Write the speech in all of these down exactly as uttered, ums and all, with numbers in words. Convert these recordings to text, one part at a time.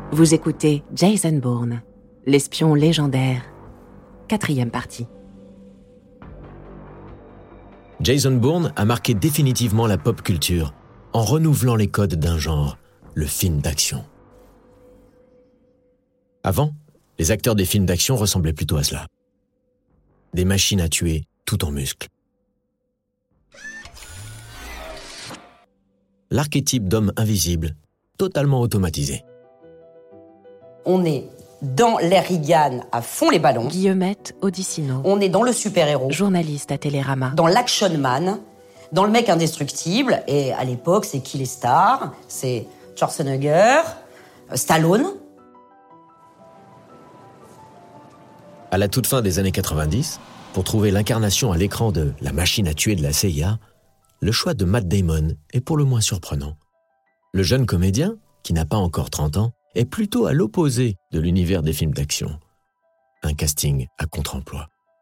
Vous écoutez Jason Bourne, l'espion légendaire. Quatrième partie. Jason Bourne a marqué définitivement la pop culture en renouvelant les codes d'un genre, le film d'action. Avant, les acteurs des films d'action ressemblaient plutôt à cela. Des machines à tuer tout en muscles. L'archétype d'homme invisible, totalement automatisé. On est dans l'ère Reagan à fond les ballons. Guillemette Odissino. On est dans le super-héros. Journaliste à Télérama. Dans l'action man, dans le mec indestructible. Et à l'époque, c'est qui les stars? C'est Schwarzenegger, Stallone. À la toute fin des années quatre-vingt-dix, pour trouver l'incarnation à l'écran de la machine à tuer de la C I A, le choix de Matt Damon est pour le moins surprenant. Le jeune comédien, qui n'a pas encore trente ans, est plutôt à l'opposé de l'univers des films d'action. Un casting à contre-emploi.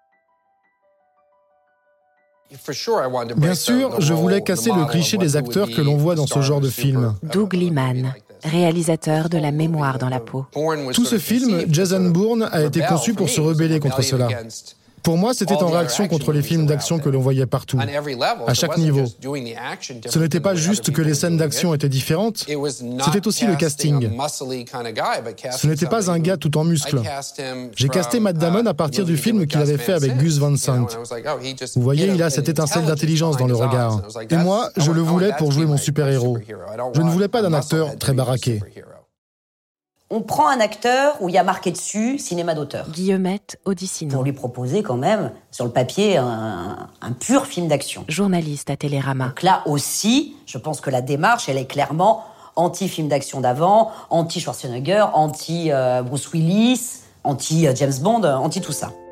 Bien sûr, je voulais casser le cliché des acteurs que l'on voit dans ce genre de film. Doug Liman, réalisateur de La mémoire dans la peau. Tout ce film, Jason Bourne, a été conçu pour se rebeller contre cela. Pour moi, c'était en réaction contre les films d'action que l'on voyait partout, à chaque niveau. Ce n'était pas juste que les scènes d'action étaient différentes, c'était aussi le casting. Ce n'était pas un gars tout en muscles. J'ai casté Matt Damon à partir du film qu'il avait fait avec Gus Van Sant. Vous voyez, il a cette étincelle d'intelligence dans le regard. Et moi, je le voulais pour jouer mon super-héros. Je ne voulais pas d'un acteur très baraqué. On prend un acteur où il y a marqué dessus cinéma d'auteur. Guillemette Odissino. Pour lui proposer quand même, sur le papier, un, un pur film d'action. Journaliste à Télérama. Donc là aussi, je pense que la démarche, elle est clairement anti-film d'action d'avant, anti-Schwarzenegger, anti-Bruce Willis, anti-James Bond, anti tout ça.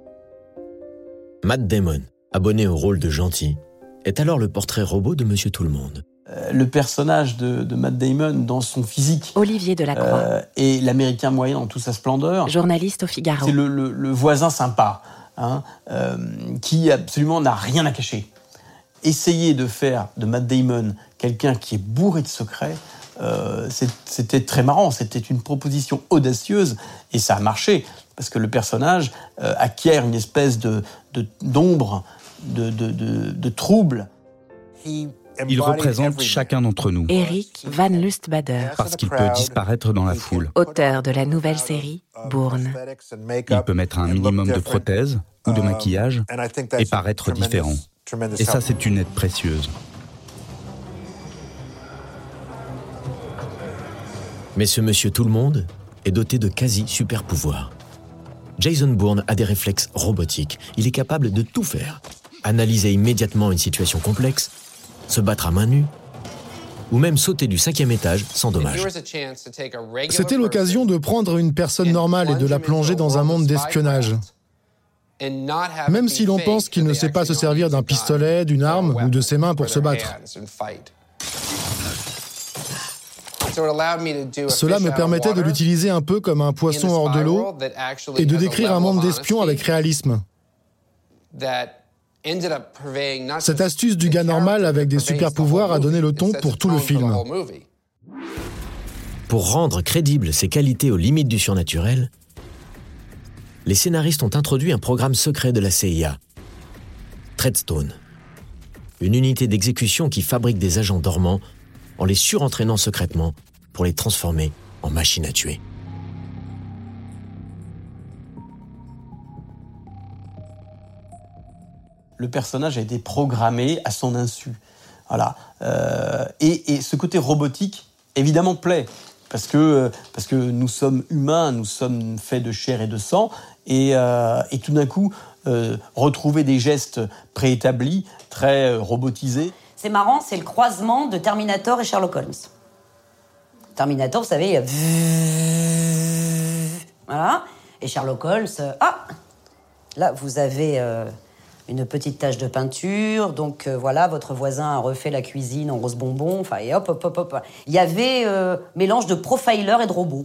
Matt Damon, abonné au rôle de gentil, est alors le portrait robot de Monsieur Tout-le-Monde. Le personnage de, de Matt Damon dans son physique. Olivier Delacroix. Euh, et l'Américain moyen dans toute sa splendeur. Journaliste au Figaro. C'est le, le, le voisin sympa, hein, euh, qui absolument n'a rien à cacher. Essayer de faire de Matt Damon quelqu'un qui est bourré de secrets, euh, c'est, c'était très marrant. C'était une proposition audacieuse et ça a marché. Parce que le personnage euh, acquiert une espèce de, de, d'ombre, de, de, de, de trouble. Il représente chacun d'entre nous. Eric Van Lustbader. Parce qu'il peut disparaître dans la foule. Auteur de la nouvelle série Bourne. Il peut mettre un minimum de prothèses ou de maquillage et paraître différent. Et ça, c'est une aide précieuse. Mais ce monsieur Tout-le-Monde est doté de quasi-super-pouvoirs. Jason Bourne a des réflexes robotiques. Il est capable de tout faire. Analyser immédiatement une situation complexe, se battre à main nue, ou même sauter du cinquième étage sans dommage. C'était l'occasion de prendre une personne normale et de la plonger dans un monde d'espionnage. Même si l'on pense qu'il ne sait pas se servir d'un pistolet, d'une arme ou de ses mains pour se battre. Cela me permettait de l'utiliser un peu comme un poisson hors de l'eau et de décrire un monde d'espions avec réalisme. Cette astuce du gars normal avec des super-pouvoirs a donné le ton pour tout le film. Pour rendre crédibles ses qualités aux limites du surnaturel, les scénaristes ont introduit un programme secret de la C I A, Treadstone, une unité d'exécution qui fabrique des agents dormants en les surentraînant secrètement pour les transformer en machines à tuer. Le personnage a été programmé à son insu. Voilà. Euh, et, et ce côté robotique, évidemment, plaît. Parce que, parce que nous sommes humains, nous sommes faits de chair et de sang. Et, euh, et tout d'un coup, euh, retrouver des gestes préétablis, très robotisés. C'est marrant, c'est le croisement de Terminator et Sherlock Holmes. Terminator, vous savez, il y a... Voilà. Et Sherlock Holmes, ah là, vous avez... Euh... une petite tache de peinture, donc euh, voilà, votre voisin a refait la cuisine en rose bonbon, enfin, et hop, hop, hop, hop. Il y avait euh, mélange de profiler et de robot.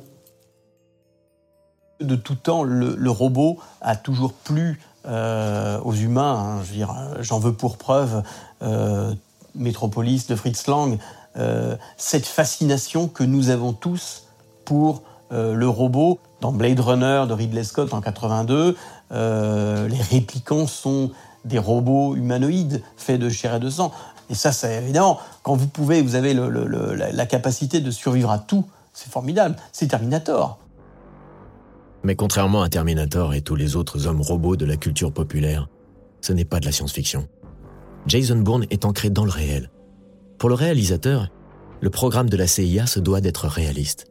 De tout temps, le, le robot a toujours plu euh, aux humains. Hein. Je veux dire, j'en veux pour preuve euh, Metropolis de Fritz Lang, euh, cette fascination que nous avons tous pour euh, le robot. Dans Blade Runner de Ridley Scott en quatre-vingt-deux, euh, les réplicants sont des robots humanoïdes faits de chair et de sang. Et ça, c'est évidemment, quand vous pouvez, vous avez le, le, le, la, la capacité de survivre à tout, c'est formidable. C'est Terminator. Mais contrairement à Terminator et tous les autres hommes robots de la culture populaire, ce n'est pas de la science-fiction. Jason Bourne est ancré dans le réel. Pour le réalisateur, le programme de la C I A se doit d'être réaliste.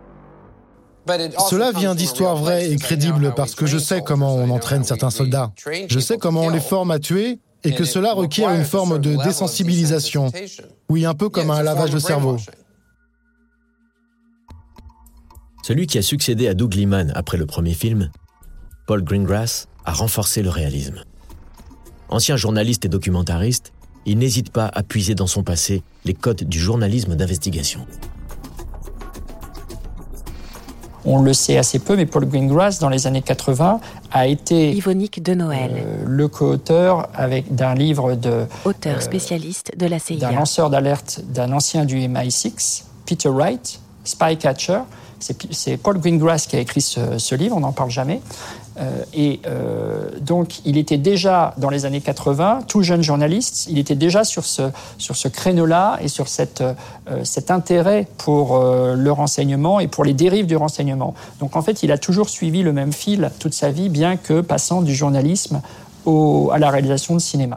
Cela vient d'histoires vraies et crédibles parce que je sais comment on entraîne certains soldats. Je sais comment on les forme à tuer et que cela requiert une forme de désensibilisation. Oui, un peu comme un lavage de cerveau. Celui qui a succédé à Doug Liman après le premier film, Paul Greengrass, a renforcé le réalisme. Ancien journaliste et documentariste, il n'hésite pas à puiser dans son passé les codes du journalisme d'investigation. On le sait assez peu, mais Paul Greengrass, dans les années quatre-vingts, a été Yvonique de Noël, euh, le co-auteur avec, d'un livre de... auteur euh, spécialiste de la C I A. D'un lanceur d'alerte d'un ancien du M I six, Peter Wright, Spycatcher. C'est, c'est Paul Greengrass qui a écrit ce, ce livre, on n'en parle jamais. Euh, et euh, donc, il était déjà, dans les années quatre-vingts, tout jeune journaliste, il était déjà sur ce, sur ce créneau-là et sur cette, euh, cet intérêt pour euh, le renseignement et pour les dérives du renseignement. Donc, en fait, il a toujours suivi le même fil toute sa vie, bien que passant du journalisme au, à la réalisation de cinéma.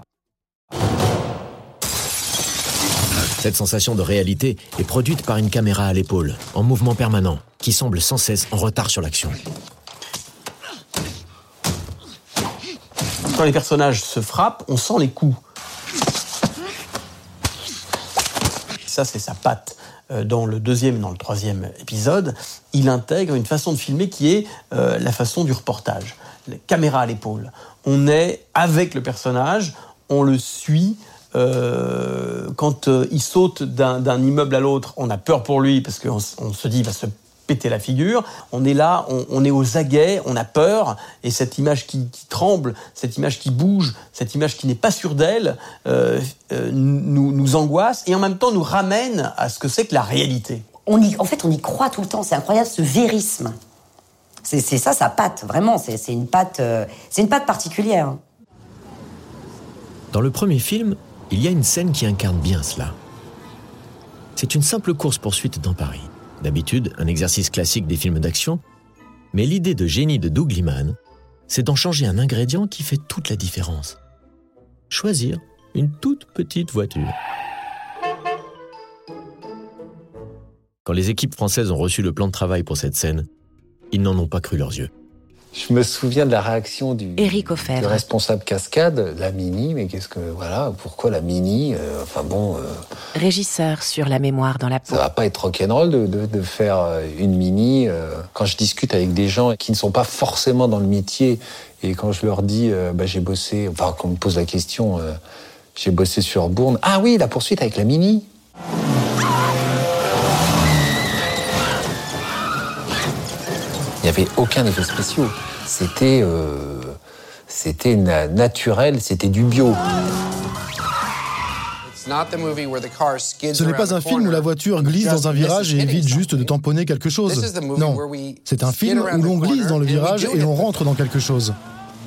Cette sensation de réalité est produite par une caméra à l'épaule, en mouvement permanent, qui semble sans cesse en retard sur l'action. Quand les personnages se frappent, on sent les coups. Ça, c'est sa patte. Dans le deuxième et dans le troisième épisode, il intègre une façon de filmer qui est euh, la façon du reportage. La caméra à l'épaule. On est avec le personnage, on le suit. Euh, quand euh, il saute d'un, d'un immeuble à l'autre, on a peur pour lui parce qu'on on se dit il va se péter la figure. On est là, on, on est aux aguets, on a peur, et cette image qui, qui tremble, cette image qui bouge, cette image qui n'est pas sûre d'elle, euh, euh, nous, nous angoisse et en même temps nous ramène à ce que c'est que la réalité. On y, en fait, on y croit tout le temps. C'est incroyable ce vérisme. C'est, c'est ça, sa patte. Vraiment, c'est, c'est une patte, euh, c'est une patte particulière. Dans le premier film, il y a une scène qui incarne bien cela. C'est une simple course-poursuite dans Paris. D'habitude, un exercice classique des films d'action, mais l'idée de génie de Doug Liman, c'est d'en changer un ingrédient qui fait toute la différence. Choisir une toute petite voiture. Quand les équipes françaises ont reçu le plan de travail pour cette scène, ils n'en ont pas cru leurs yeux. Je me souviens de la réaction du, Éric du responsable cascade, la Mini, mais qu'est-ce que, voilà, pourquoi la Mini euh, Enfin bon... Euh, Régisseur sur la mémoire dans la peau. Ça va pas être rock'n'roll de, de, de faire une Mini. Euh, quand je discute avec des gens qui ne sont pas forcément dans le métier, et quand je leur dis, euh, bah, j'ai bossé, enfin, quand on me pose la question, euh, j'ai bossé sur Bourne. Ah oui, la poursuite avec la Mini. Il n'y avait aucun effet spéciaux. C'était, euh, c'était na- naturel, c'était du bio. Ce n'est pas un film où la voiture glisse dans un virage et évite juste de tamponner quelque chose. Non, c'est un film où l'on glisse dans le virage et l'on rentre dans quelque chose.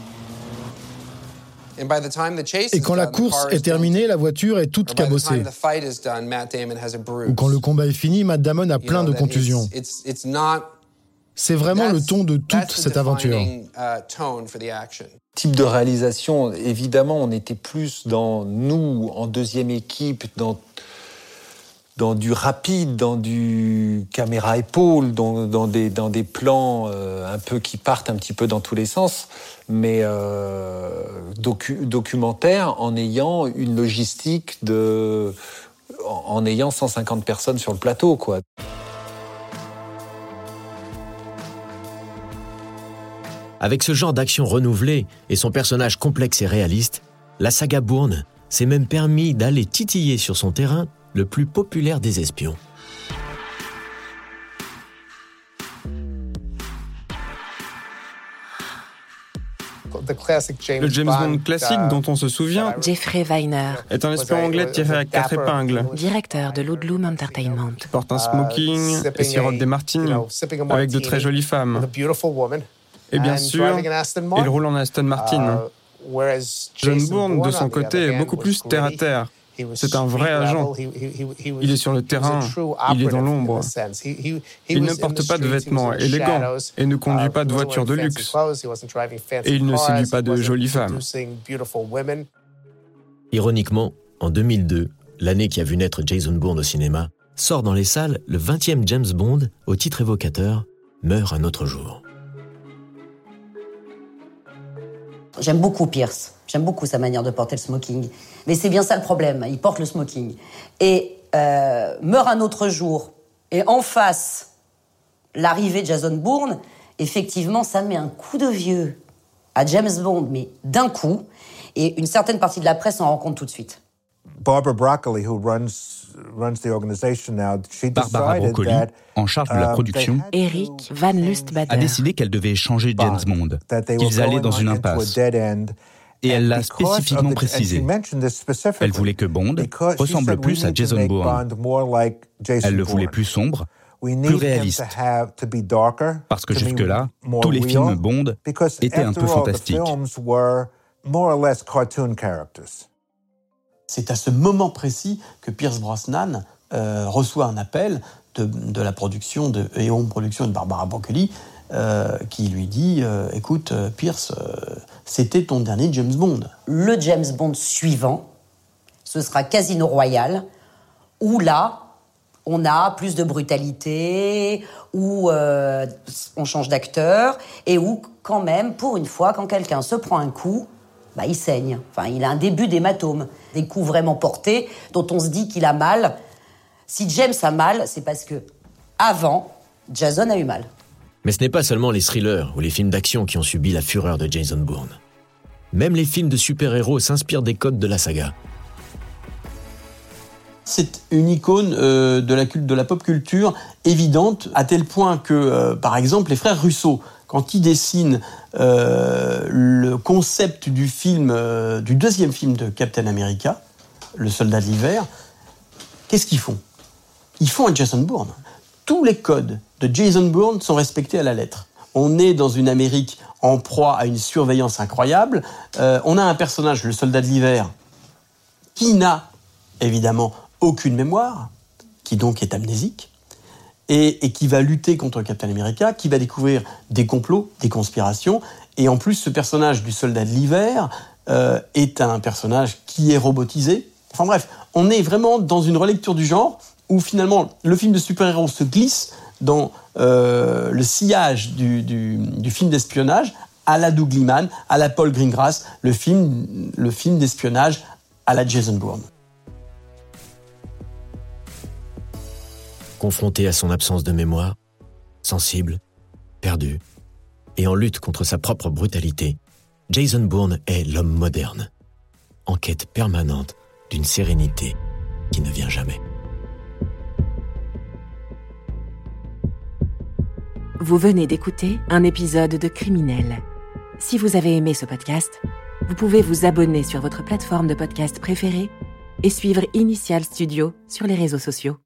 Et quand la course est terminée, la voiture est toute cabossée. Ou quand le combat est fini, Matt Damon a plein de contusions. C'est vraiment le ton de toute cette aventure. Type de réalisation, évidemment, on était plus dans, nous, en deuxième équipe, dans, dans du rapide, dans du caméra-épaule, dans, dans, des, dans des plans euh, un peu qui partent un petit peu dans tous les sens, mais euh, docu- documentaire en ayant une logistique de... en ayant cent cinquante personnes sur le plateau, quoi. Avec ce genre d'action renouvelée et son personnage complexe et réaliste, la saga Bourne s'est même permis d'aller titiller sur son terrain le plus populaire des espions. Le James Bond classique dont on se souvient Jeffrey Weiner est un espion anglais tiré à quatre épingles. Directeur de Ludlum Entertainment. Qui porte un smoking et sirote des martinis avec de très jolies femmes. Et bien sûr, il roule en Aston Martin. John Bourne, de son côté, est beaucoup plus terre-à-terre. C'est un vrai agent. Il est sur le terrain, il est dans l'ombre. Il ne porte pas de vêtements élégants et ne conduit pas de voiture de luxe. Et il ne séduit pas de jolies femmes. Ironiquement, en deux mille deux, l'année qui a vu naître Jason Bourne au cinéma, sort dans les salles le vingtième James Bond, au titre évocateur « Meurt un autre jour ». J'aime beaucoup Pierce. J'aime beaucoup sa manière de porter le smoking. Mais c'est bien ça le problème. Il porte le smoking. Et euh, meurt un autre jour. Et en face, l'arrivée de Jason Bourne, effectivement, ça met un coup de vieux à James Bond, mais d'un coup. Et une certaine partie de la presse s'en rend compte tout de suite. Barbara Broccoli, who runs, runs the organization now, she Barbara Broccoli, en charge de la production, Eric Van Lustbader, a décidé qu'elle devait changer James Bond, qu'ils allaient dans une impasse. Et elle l'a spécifiquement précisé. Elle voulait que Bond ressemble plus à Jason Bourne. Elle le voulait plus sombre, plus réaliste. Parce que jusque-là, tous les films Bond étaient un peu fantastiques. C'est à ce moment précis que Pierce Brosnan euh, reçoit un appel de, de la production de E O M Productions et de Barbara Broccoli euh, qui lui dit euh, « Écoute, Pierce, euh, c'était ton dernier James Bond. » Le James Bond suivant, ce sera Casino Royale, où là, on a plus de brutalité, où euh, on change d'acteur, et où, quand même, pour une fois, quand quelqu'un se prend un coup, bah, il saigne. Enfin, il a un début d'hématome. Des coups vraiment portés, dont on se dit qu'il a mal. Si James a mal, c'est parce que, avant, Jason a eu mal. Mais ce n'est pas seulement les thrillers ou les films d'action qui ont subi la fureur de Jason Bourne. Même les films de super-héros s'inspirent des codes de la saga. C'est une icône euh, de, la, de la pop culture évidente, à tel point que, euh, par exemple, les frères Russo, quand ils dessinent euh, le concept du film, euh, du deuxième film de Captain America, Le Soldat de l'Hiver, qu'est-ce qu'ils font ? Ils font un Jason Bourne. Tous les codes de Jason Bourne sont respectés à la lettre. On est dans une Amérique en proie à une surveillance incroyable. Euh, on a un personnage, le Soldat de l'Hiver, qui n'a évidemment aucune mémoire, qui donc est amnésique. Et, et qui va lutter contre Captain America, qui va découvrir des complots, des conspirations. Et en plus, ce personnage du Soldat de l'Hiver euh, est un personnage qui est robotisé. Enfin bref, on est vraiment dans une relecture du genre où finalement le film de super-héros se glisse dans euh, le sillage du, du, du film d'espionnage à la Doug Liman, à la Paul Greengrass, le film, le film d'espionnage à la Jason Bourne. Confronté à son absence de mémoire, sensible, perdu, et en lutte contre sa propre brutalité, Jason Bourne est l'homme moderne, en quête permanente d'une sérénité qui ne vient jamais. Vous venez d'écouter un épisode de Criminel. Si vous avez aimé ce podcast, vous pouvez vous abonner sur votre plateforme de podcast préférée et suivre Initial Studio sur les réseaux sociaux.